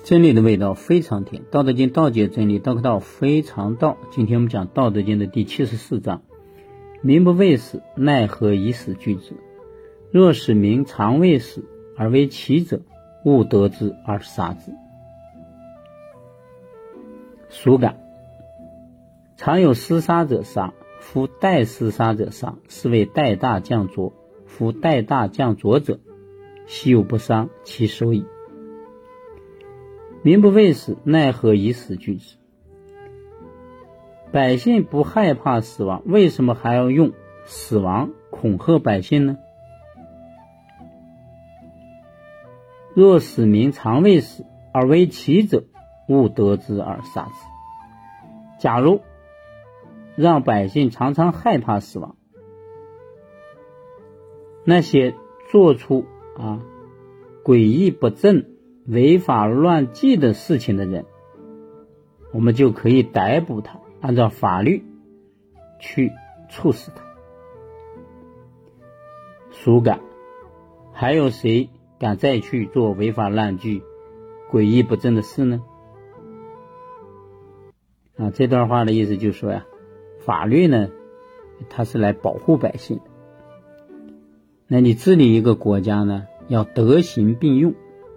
真理的味道非常甜，道德经道解真理，道可道非常道。今天我们讲道德经的第74章，民不畏死，奈何以死惧之？若使民常畏死而为奇者，勿得之而杀之。孰感？常有厮杀者杀，夫代厮杀者杀，是谓代大将浊。夫代大将浊者，昔有不伤，其手矣。民不畏死，奈何以死惧之？百姓不害怕死亡，为什么还要用死亡恐吓百姓呢？若使民常畏死而为奇者，勿得之而杀之。假如让百姓常常害怕死亡，那些做出诡异不正、违法乱纪的事情的人，我们就可以逮捕他，按照法律去处死他。孰敢？还有谁敢再去做违法乱纪、诡异不正的事呢？这段话的意思就是说法律呢，它是来保护百姓的。那你治理一个国家呢，要德刑并用。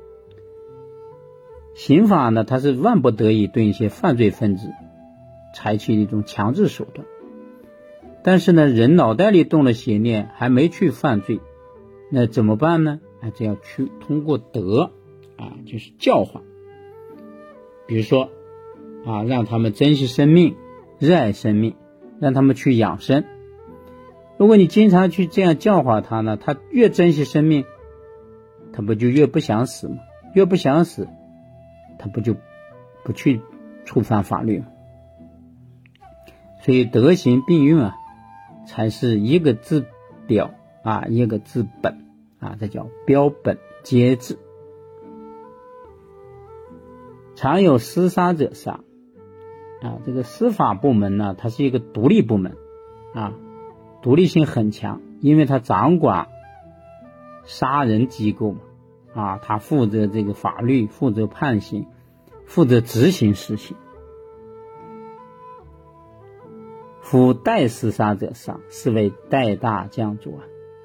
刑法呢，它是万不得已对一些犯罪分子采取一种强制手段。但是呢，人脑袋里动了邪念，还没去犯罪，那怎么办呢？这要去通过德就是教化。比如说让他们珍惜生命，热爱生命，让他们去养生。如果你经常去这样教化他呢，他越珍惜生命，他不就越不想死吗？越不想死，他不就不去触犯法律吗？所以德行并用才是一个治表一个治本这叫标本兼治。常有厮杀者杀这个司法部门呢，它是一个独立部门独立性很强，因为它掌管杀人机构嘛它负责这个法律，负责判刑，负责执行实行。夫代厮杀者杀，是谓代大将浊。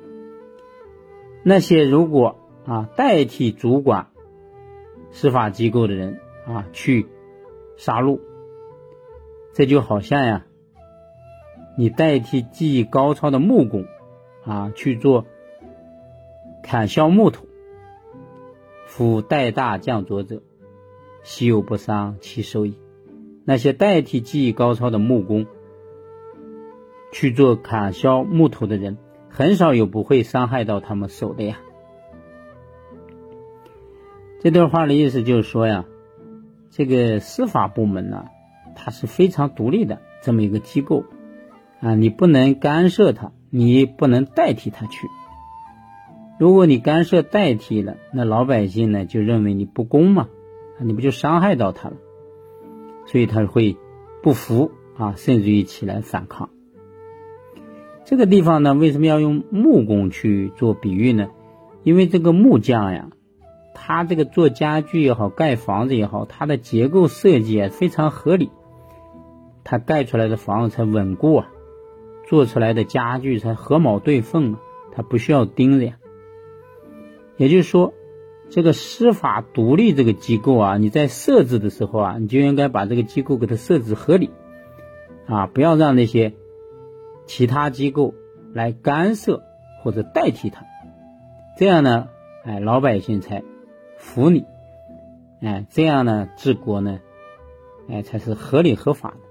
那些如果代替主管司法机构的人去杀戮，这就好像你代替技艺高超的木工去做砍削木头。夫代大将浊者，昔有不伤，其手矣。那些代替技艺高超的木工去做砍削木头的人，很少有不会伤害到他们手的呀。这段话的意思就是说这个司法部门呢，它是非常独立的这么一个机构你不能干涉它，你不能代替它去。如果你干涉代替了，那老百姓呢就认为你不公嘛你不就伤害到他了，所以他会不服甚至于起来反抗。这个地方呢，为什么要用木工去做比喻呢？因为这个木匠他这个做家具也好，盖房子也好，他的结构设计非常合理，他盖出来的房子才稳固做出来的家具才合卯对缝他不需要钉子也就是说，这个司法独立这个机构你在设置的时候你就应该把这个机构给它设置合理不要让那些其他机构来干涉或者代替它，这样呢老百姓才服你这样呢治国呢才是合理合法的。